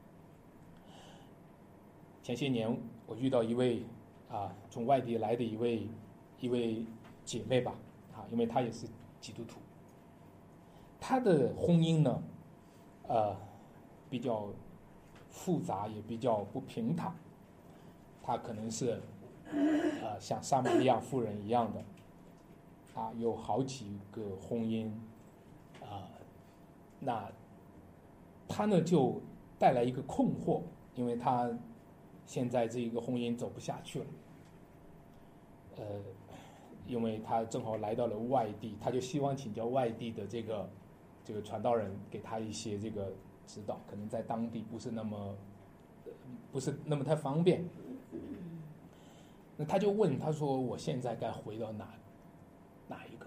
前些年我遇到一位啊从外地来的一位一位姐妹吧，啊，因为她也是基督徒，她的婚姻呢，呃，比较复杂，也比较不平坦。她可能是呃像撒玛利亚妇人一样的，啊，有好几个婚姻。啊，那他呢就带来一个困惑，因为他现在这一个婚姻走不下去了，呃，因为他正好来到了外地，他就希望请教外地的这个这个传道人给他一些这个指导，可能在当地不是那么不是那么太方便。那他就问他说：“我现在该回到哪哪一个？”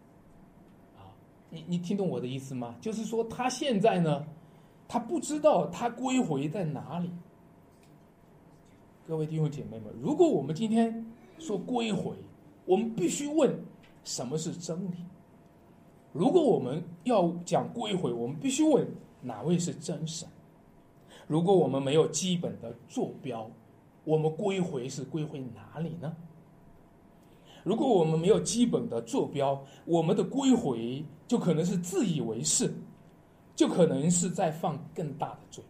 你你听懂我的意思吗？就是说他现在呢，他不知道他归回在哪里。各位弟兄姐妹们，如果我们今天说归回，我们必须问什么是真理。如果我们要讲归回，我们必须问哪位是真神。如果我们没有基本的坐标，我们归回是归回哪里呢？如果我们没有基本的坐标，我们的归回就可能是自以为是，就可能是在犯更大的罪。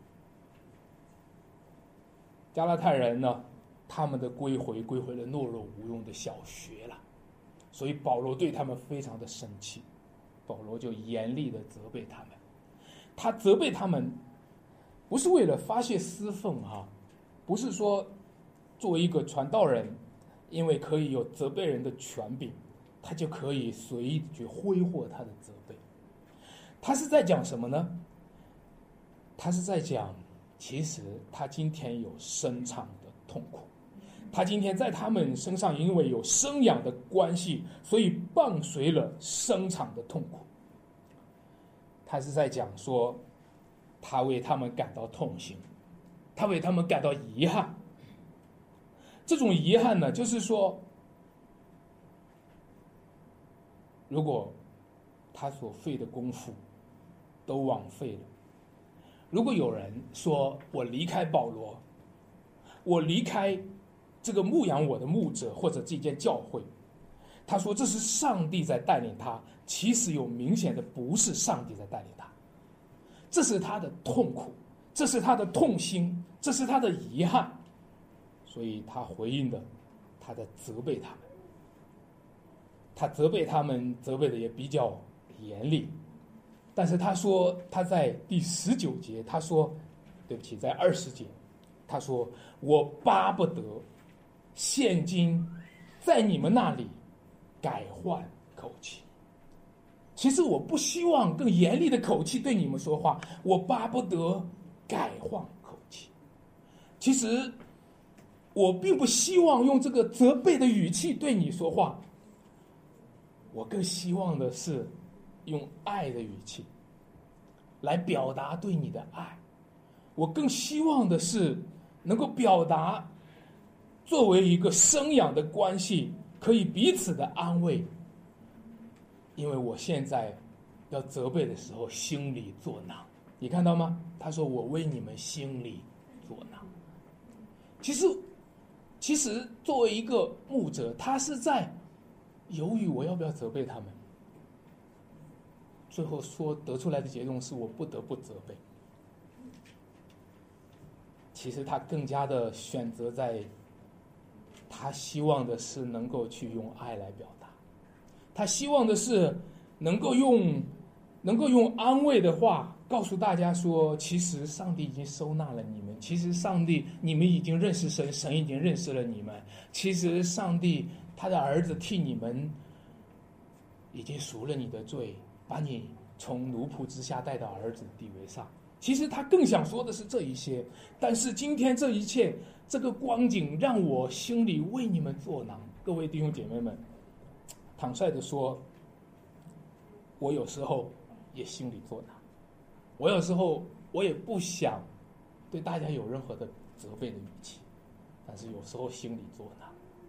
加拉太人呢，他们的归回归回了懦弱无用的小学了，所以保罗对他们非常的生气，保罗就严厉的责备他们。他责备他们不是为了发泄私愤啊，不是说作为一个传道人，因为可以有责备人的权柄，他就可以随意去挥霍他的责备。他是在讲什么呢？他是在讲，其实他今天有生产的痛苦，他今天在他们身上因为有生养的关系，所以伴随了生产的痛苦。他是在讲说，他为他们感到痛心，他为他们感到遗憾。这种遗憾呢，就是说，如果他所费的功夫都枉费了，如果有人说我离开保罗，我离开这个牧养我的牧者或者这间教会，他说这是上帝在带领他，其实有明显的不是上帝在带领他，这是他的痛苦，这是他的痛心，这是他的遗憾。所以他回应的，他在责备他们，他责备他们，责备的也比较严厉。但是他说，他在第十九节，他说，对不起，在二十节，他说：“我巴不得现今在你们那里改换口气。”其实我不希望更严厉的口气对你们说话，我巴不得改换口气。 其实我并不希望用这个责备的语气对你说话，我更希望的是用爱的语气来表达对你的爱。我更希望的是能够表达作为一个生养的关系可以彼此的安慰。因为我现在要责备的时候心里作囊，你看到吗？他说我为你们心里作囊。其实其实作为一个牧者，他是在犹豫我要不要责备他们，最后说得出来的结论是我不得不责备。其实他更加的选择在他希望的是能够去用爱来表达，他希望的是能够用能够用安慰的话告诉大家说，其实上帝已经收纳了你们，其实上帝你们已经认识神，神已经认识了你们，其实上帝他的儿子替你们已经赎了你的罪，把你从奴仆之下带到儿子的地位上。其实他更想说的是这一些，但是今天这一切这个光景让我心里为你们作囊。各位弟兄姐妹们，坦率的说，我有时候也心里作囊，我有时候我也不想对大家有任何的责备的语气，但是有时候心里作囊。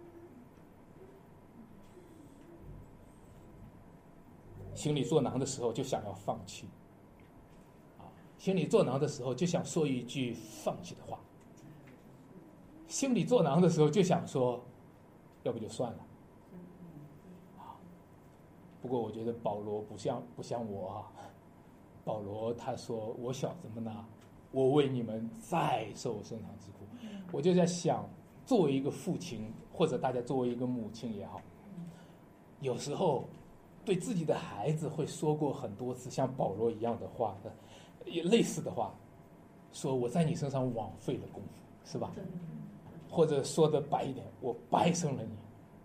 心里作囊的时候就想要放弃，啊，心里作囊的时候就想说一句放弃的话，心里作囊的时候就想说，要不就算了。啊，不过我觉得保罗不像不像我啊，保罗他说我小子们呐，我为你们再受生产之苦。我就在想，作为一个父亲，或者大家作为一个母亲也好，有时候对自己的孩子会说过很多次像保罗一样的话的，也类似的话，说我在你身上枉费了功夫，是吧？或者说的白一点，我白生了你，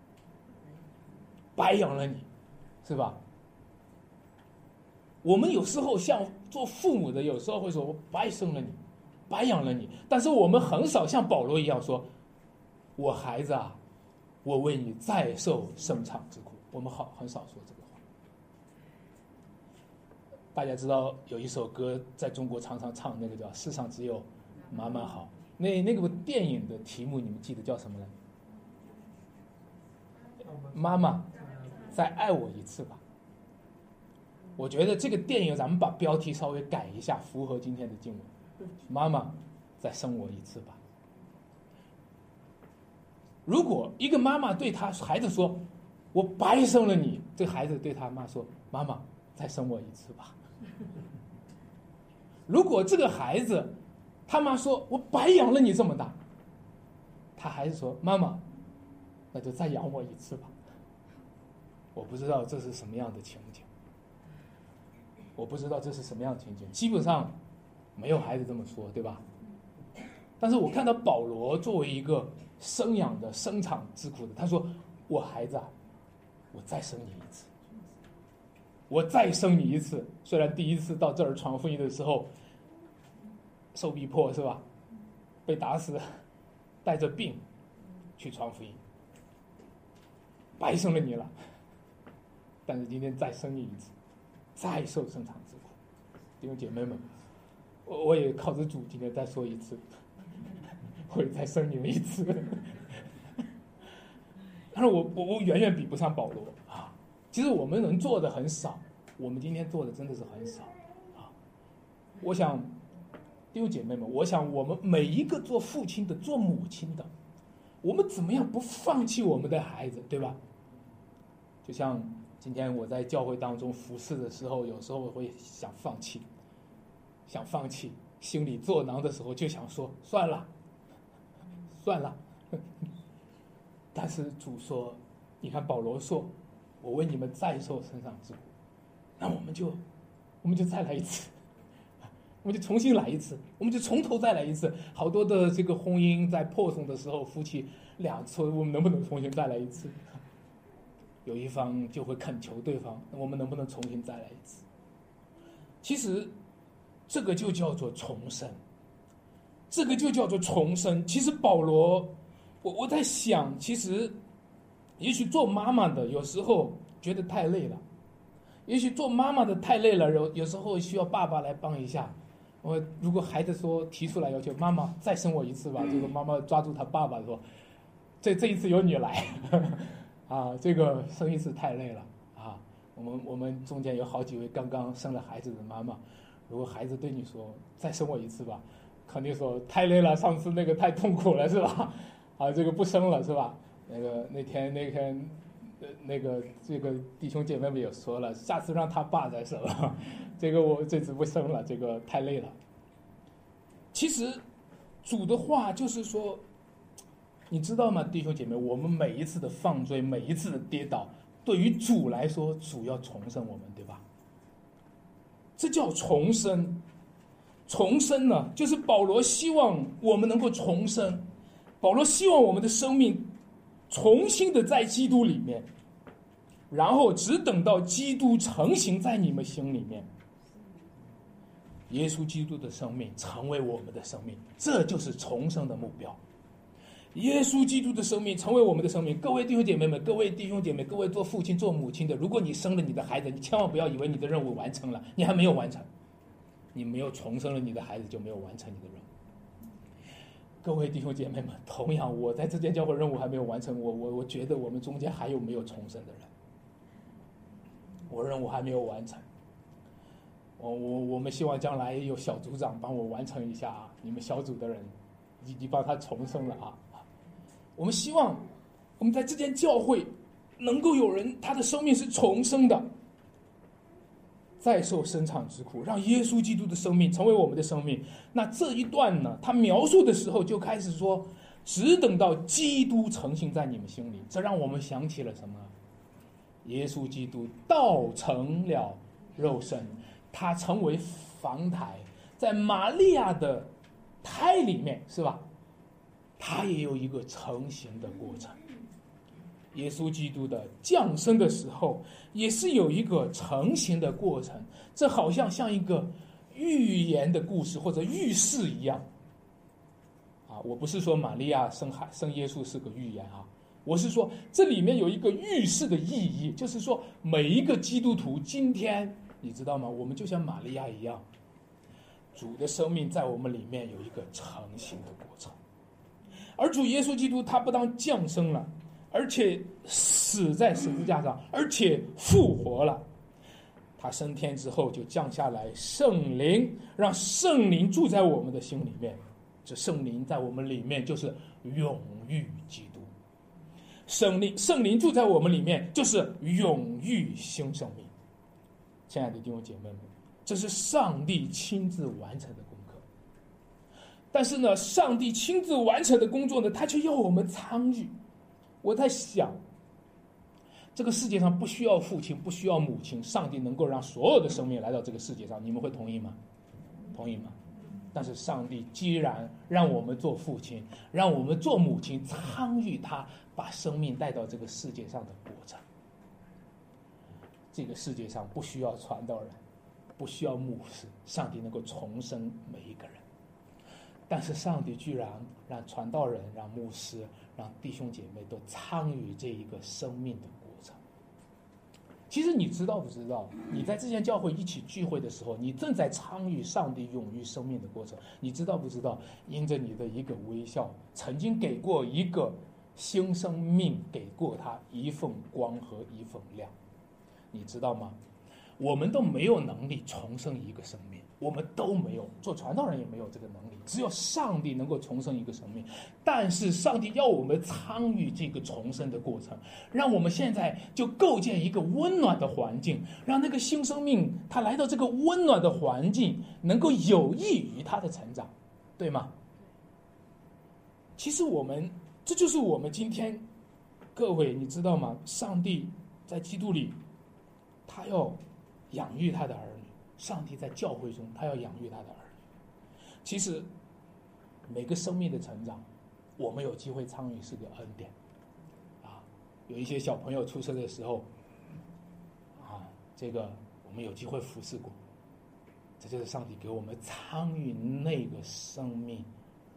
白养了你，是吧？我们有时候像做父母的，有时候会说我白生了你，白养了你，但是我们很少像保罗一样说，我孩子啊，我为你再受生产之苦。我们好很少说这个话。大家知道有一首歌在中国常常唱，那个叫世上只有妈妈好，那那个电影的题目你们记得叫什么呢？妈妈再爱我一次吧。我觉得这个电影咱们把标题稍微改一下，符合今天的经文，妈妈再生我一次吧。如果一个妈妈对他孩子说我白生了你，这个孩子对他妈说，妈妈再生我一次吧。如果这个孩子他妈说我白养了你这么大，他孩子说，妈妈那就再养我一次吧。我不知道这是什么样的情景，我不知道这是什么样的情景，基本上没有孩子这么说，对吧？但是我看到保罗作为一个生养的生产之苦的，他说，我孩子啊，我再生你一次，我再生你一次。虽然第一次到这儿传福音的时候受逼迫，是吧？被打死，带着病去传福音，白生了你了。但是今天再生你一次，再受生产之苦。弟兄姐妹们，我我也靠着主今天再说一次，我也再生你们一次。但是我我我远远比不上保罗啊！其实我们能做的很少，我们今天做的真的是很少啊！我想，弟兄姐妹们，我想我们每一个做父亲的、做母亲的，我们怎么样不放弃我们的孩子，对吧？就像今天我在教会当中服侍的时候，有时候我会想放弃，想放弃，心里作囊的时候就想说算了，算了。但是主说，你看保罗说，我为你们再受生产之苦，那我们就我们就再来一次，我们就重新来一次，我们就从头再来一次。好多的这个婚姻在破损的时候，夫妻两次，我们能不能重新再来一次？有一方就会恳求对方，我们能不能重新再来一次？其实这个就叫做重生。 这个就叫做重生。其实保罗，我我在想，其实也许做妈妈的有时候觉得太累了，也许做妈妈的太累了，有有时候需要爸爸来帮一下。我如果孩子说提出来要求，妈妈再生我一次吧，这个妈妈抓住他爸爸说，这这一次由你来，啊，这个生一次太累了啊。我们我们中间有好几位刚刚生了孩子的妈妈，如果孩子对你说再生我一次吧，肯定说太累了，上次那个太痛苦了是吧？啊，这个不生了是吧？那个那天那天。呃，那个这个弟兄姐妹们也说了，下次让他爸再生了，这个我这次不生了，这个太累了。其实主的话就是说，你知道吗，弟兄姐妹，我们每一次的放坠，每一次的跌倒，对于主来说，主要重生我们，对吧？这叫重生。重生呢，就是保罗希望我们能够重生，保罗希望我们的生命重新的在基督里面，然后只等到基督成型在你们心里面，耶稣基督的生命成为我们的生命，这就是重生的目标。耶稣基督的生命成为我们的生命。各位弟兄姐妹们，各位弟兄姐妹，各位做父亲做母亲的，如果你生了你的孩子，你千万不要以为你的任务完成了，你还没有完成，你没有重生了你的孩子，就没有完成你的任务。各位弟兄姐妹们，同样我在这间教会任务还没有完成，我我我觉得我们中间还有没有重生的人，我任务还没有完成。我我我们希望将来有小组长帮我完成一下啊，你们小组的人，你你帮他重生了啊。我们希望我们在这间教会能够有人他的生命是重生的，再受生产之苦，让耶稣基督的生命成为我们的生命。那这一段呢，他描述的时候就开始说，只等到基督成型在你们心里。这让我们想起了什么？耶稣基督道成了肉身，他成为房台，在玛利亚的胎里面，是吧？他也有一个成型的过程。耶稣基督的降生的时候也是有一个成型的过程，这好像像一个寓言的故事或者预示一样啊！我不是说玛利亚生孩生耶稣是个寓言啊，我是说这里面有一个预示的意义，就是说每一个基督徒今天你知道吗？我们就像玛利亚一样，主的生命在我们里面有一个成型的过程，而主耶稣基督他不但降生了，而且死在十字架上，而且复活了。他升天之后就降下来圣灵，让圣灵住在我们的心里面。这圣灵在我们里面就是永育基督，圣灵圣灵住在我们里面就是永育新生命。亲爱的弟兄姐妹们，这是上帝亲自完成的功课。但是呢，上帝亲自完成的工作呢，他却要我们参与。我在想，这个世界上不需要父亲，不需要母亲，上帝能够让所有的生命来到这个世界上，你们会同意吗？同意吗？但是上帝既然让我们做父亲，让我们做母亲，参与他把生命带到这个世界上的过程。这个世界上不需要传道人，不需要牧师，上帝能够重生每一个人。但是上帝居然让传道人、让牧师、让弟兄姐妹都参与这一个生命的过程。其实你知道不知道，你在这间教会一起聚会的时候，你正在参与上帝永育生命的过程。你知道不知道，因着你的一个微笑，曾经给过一个新生命，给过他一份光和一份亮。你知道吗？我们都没有能力重生一个生命，我们都没有，做传道人也没有这个能力，只有上帝能够重生一个生命。但是上帝要我们参与这个重生的过程，让我们现在就构建一个温暖的环境，让那个新生命他来到这个温暖的环境，能够有益于他的成长，对吗？其实我们这就是我们今天各位，你知道吗？上帝在基督里，他要养育他的儿女，上帝在教会中他要养育他的儿女。其实每个生命的成长，我们有机会参与是个恩典啊。有一些小朋友出生的时候啊，这个我们有机会服侍过，这就是上帝给我们参与那个生命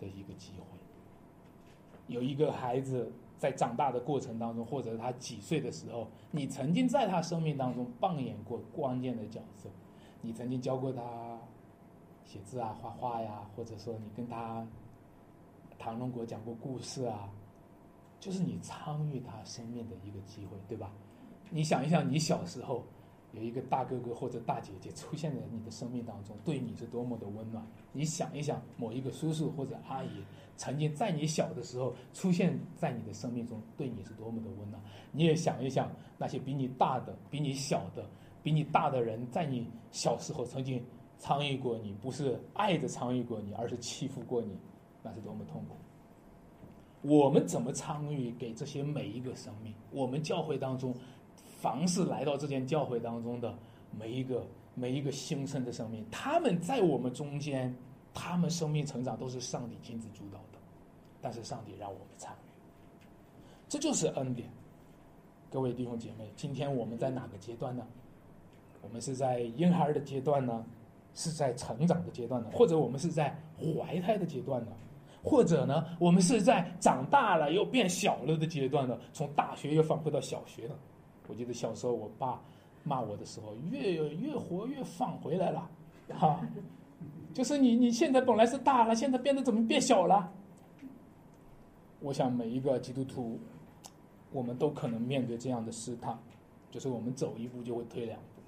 的一个机会。有一个孩子在长大的过程当中，或者他几岁的时候，你曾经在他生命当中扮演过关键的角色，你曾经教过他写字啊、画画呀，或者说你跟他谈论过、讲过故事啊，就是你参与他生命的一个机会，对吧？你想一想，你小时候有一个大哥哥或者大姐姐出现在你的生命当中，对你是多么的温暖。你想一想，某一个叔叔或者阿姨曾经在你小的时候出现在你的生命中，对你是多么的温暖。你也想一想，那些比你大的、比你小的、比你大的人，在你小时候曾经参与过你，不是爱的参与过你，而是欺负过你，那是多么痛苦。我们怎么参与给这些每一个生命？我们教会当中凡是来到这间教会当中的每一个每一个新生的生命，他们在我们中间，他们生命成长都是上帝亲自主导的，但是上帝让我们参与，这就是恩典。各位弟兄姐妹，今天我们在哪个阶段呢？我们是在婴孩的阶段呢，是在成长的阶段呢，或者我们是在怀胎的阶段呢，或者呢我们是在长大了又变小了的阶段呢，从大学又返回到小学了。我记得小时候我爸骂我的时候，越越活越放回来了，哈，就是你你现在本来是大了，现在变得怎么变小了？我想每一个基督徒，我们都可能面对这样的试探，就是我们走一步就会退两步。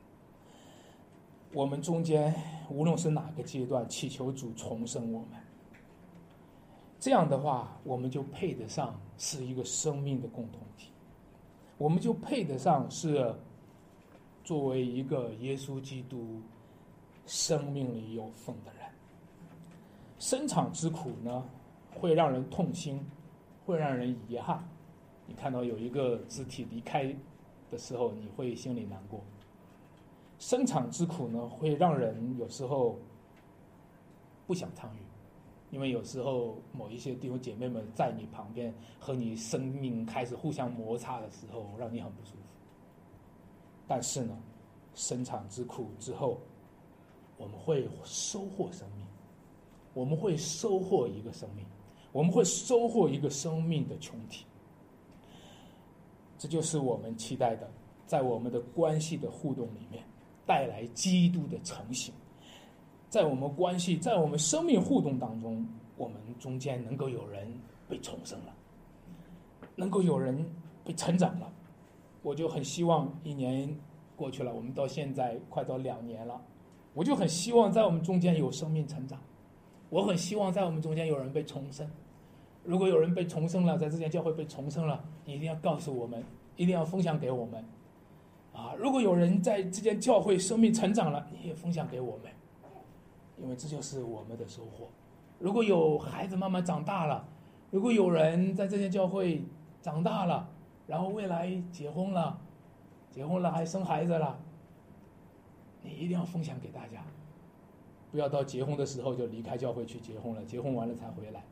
我们中间无论是哪个阶段，祈求主重生我们，这样的话，我们就配得上是一个生命的共同体。我们就配得上是作为一个耶稣基督生命里有份的人。生产之苦呢，会让人痛心，会让人遗憾。你看到有一个肢体离开的时候，你会心里难过。生产之苦呢，会让人有时候不想参与，因为有时候某一些弟兄姐妹们在你旁边和你生命开始互相摩擦的时候，让你很不舒服。但是呢，生产之苦之后，我们会收获生命，我们会收获一个生命，我们会收获一个生命的群体。这就是我们期待的，在我们的关系的互动里面带来基督的成型。在我们关系，在我们生命互动当中，我们中间能够有人被重生了，能够有人被成长了。我就很希望一年过去了，我们到现在快到两年了，我就很希望在我们中间有生命成长，我很希望在我们中间有人被重生。如果有人被重生了，在这间教会被重生了，你一定要告诉我们，一定要分享给我们啊！如果有人在这间教会生命成长了，你也分享给我们，因为这就是我们的收获。如果有孩子慢慢长大了，如果有人在这间教会长大了，然后未来结婚了，结婚了还生孩子了，你一定要分享给大家，不要到结婚的时候就离开教会去结婚了，结婚完了才回来。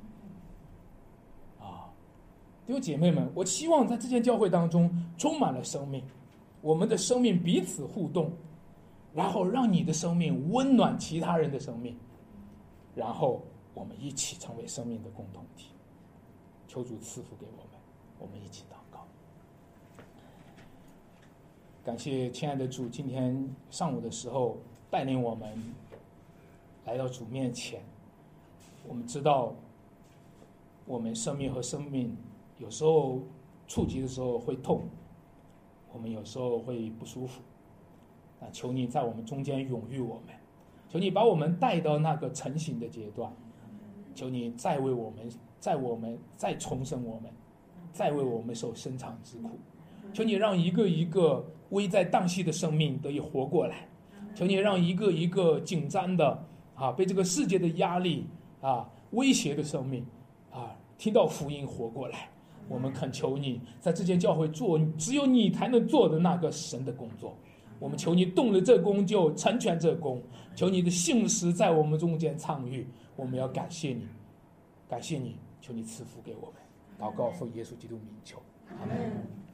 啊，弟兄姐妹们，我希望在这间教会当中充满了生命，我们的生命彼此互动，然后让你的生命温暖其他人的生命，然后我们一起成为生命的共同体。求主赐福给我们，我们一起祷告。感谢亲爱的主，今天上午的时候带领我们来到主面前。我们知道我们生命和生命有时候触及的时候会痛，我们有时候会不舒服，那求你在我们中间永育我们，求你把我们带到那个成型的阶段，求你再为我们再我们再重生我们，再为我们受生产之苦，求你让一个一个危在旦夕的生命得以活过来，求你让一个一个紧张的啊被这个世界的压力啊威胁的生命啊听到福音活过来。我们恳求你在这间教会做只有你才能做的那个神的工作，我们求你动了这工就成全这工，求你的信实在我们中间参与，我们要感谢你，感谢你，求你赐福给我们。祷告奉耶稣基督名求，阿们。